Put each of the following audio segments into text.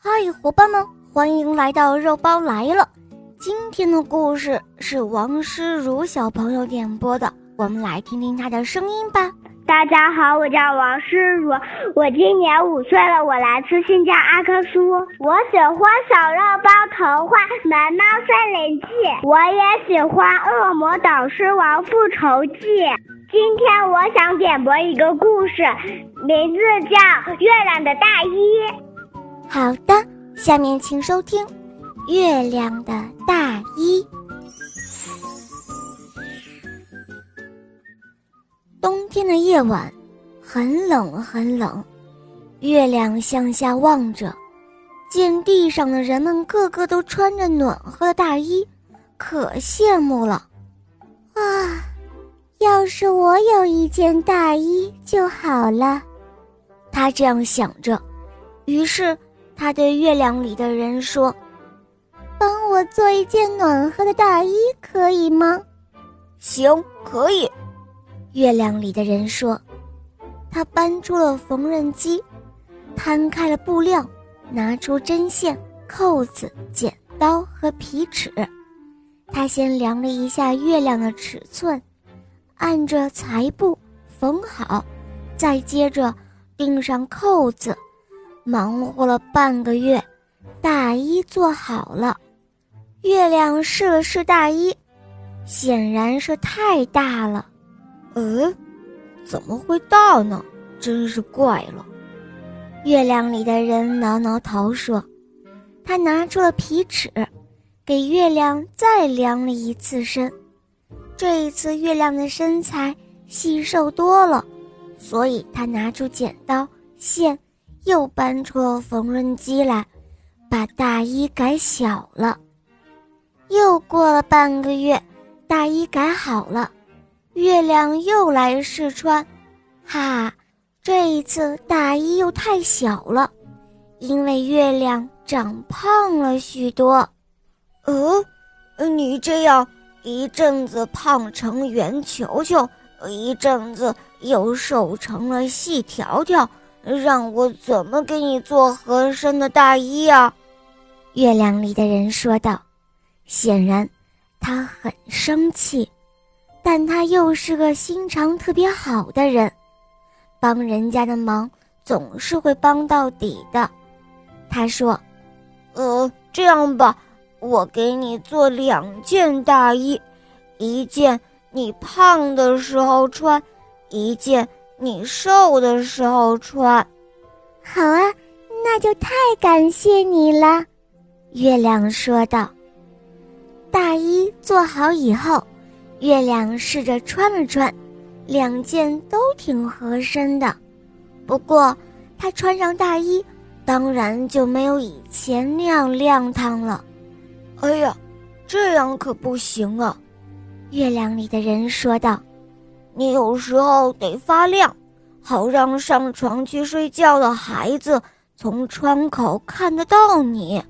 嗨，伙伴们，欢迎来到肉包来了。今天的故事是王诗如小朋友点播的，我们来听听她的声音吧。 大家好，我叫王诗如，我今年5岁了，我来自新疆阿克苏。我喜欢小肉包童话《萌猫森林记》，我也喜欢《恶魔导师王复仇记》。今天我想点播一个故事，名字叫《月亮的大衣》。 好的，下面请收听《月亮的大衣》。冬天的夜晚很冷很冷，月亮向下望着，见地上的人们个个都穿着暖和的大衣，可羡慕了啊！要是我有一件大衣就好了，他这样想着。于是他对月亮里的人说：帮我做一件暖和的大衣可以吗？ 行，可以。 月亮里的人说。他搬出了缝纫机，摊开了布料，拿出针线、扣子、剪刀和皮尺。他先量了一下月亮的尺寸，按着裁布缝好，再接着钉上扣子。忙活了半个月，大衣做好了。月亮试了试大衣，显然是太大了。 怎么会大呢？真是怪了。 月亮里的人挠挠头说。他拿出了皮尺，给月亮再量了一次身。这一次月亮的身材细瘦多了，所以他拿出剪刀、线，又搬出了缝纫机来，把大衣改小了。又过了半个月，大衣改好了，月亮又来试穿。这一次大衣又太小了，因为月亮长胖了许多。 你这样一阵子胖成圆球球，一阵子又瘦成了细条条，让我怎么给你做合身的大衣啊？ 月亮里的人说道。显然他很生气，但他又是个心肠特别好的人，帮人家的忙总是会帮到底的。他说： 这样吧，我给你做2件大衣，一件你胖的时候穿，一件你瘦的时候穿。 好啊，那就太感谢你了，月亮说道。大衣做好以后，月亮试着穿了穿，2件都挺合身的。不过他穿上大衣，当然就没有以前那样亮堂了。 哎呀，这样可不行啊， 月亮里的人说道。 你有时候得发亮，好让上床去睡觉的孩子从窗口看得到你。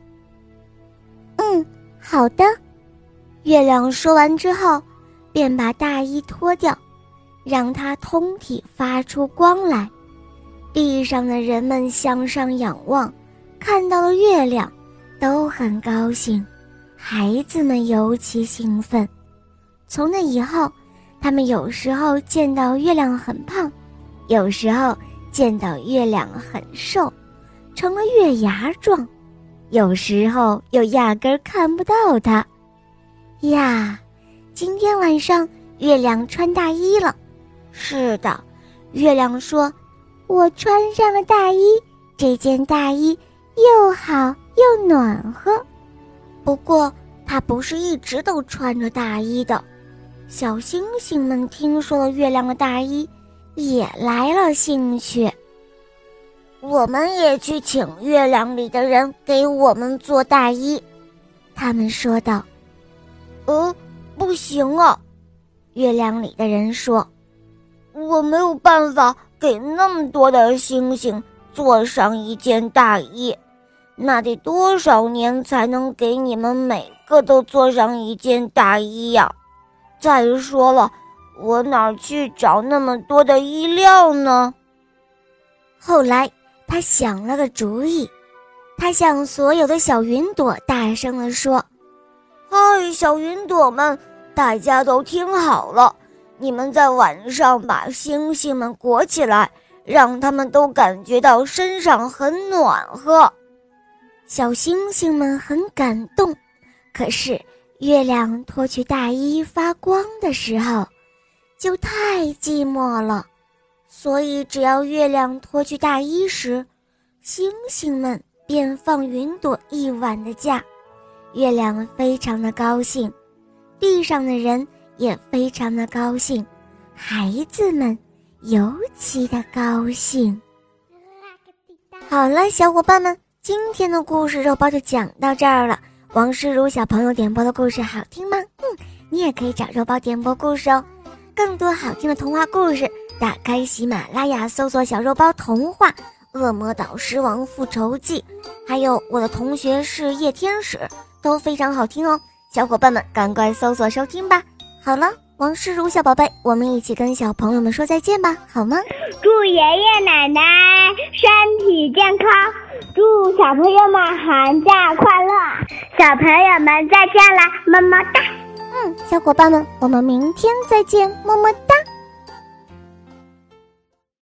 好的。月亮说完之后，便把大衣脱掉，让它通体发出光来。地上的人们向上仰望，看到了月亮，都很高兴，孩子们尤其兴奋。从那以后，他们有时候见到月亮很胖，有时候见到月亮很瘦，成了月牙状，有时候又压根儿看不到它。呀，今天晚上月亮穿大衣了。是的，月亮说，我穿上了大衣，这件大衣又好又暖和。不过它不是一直都穿着大衣的。小星星们听说了月亮的大衣，也来了兴趣。我们也去请月亮里的人给我们做大衣，他们说道。 不行啊， 月亮里的人说， 我没有办法给那么多的星星做上一件大衣，那得多少年才能给你们每个都做上一件大衣呀？再说了，我哪儿去找那么多的衣料呢？ 后来他想了个主意， 他向所有的小云朵大声地说： 嗨，小云朵们，大家都听好了，你们在晚上把星星们裹起来，让他们都感觉到身上很暖和。 小星星们很感动，可是月亮脱去大衣发光的时候就太寂寞了，所以只要月亮脱去大衣时，星星们便放云朵一晚的假。月亮非常的高兴，地上的人也非常的高兴，孩子们尤其的高兴。好了，小伙伴们，今天的故事肉包就讲到这儿了。王诗如小朋友点播的故事好听吗？你也可以找肉包点播故事哦。更多好听的童话故事，打开喜马拉雅搜索小肉包童话、恶魔岛狮王复仇记，还有我的同学是夜天使，都非常好听哦。小伙伴们赶快搜索收听吧。好了，王诗如小宝贝，我们一起跟小朋友们说再见吧，好吗？ 祝爷爷奶奶身体健康，祝小朋友们寒假快乐，小朋友们再见啦，么么哒。 小伙伴们，我们明天再见，么么哒。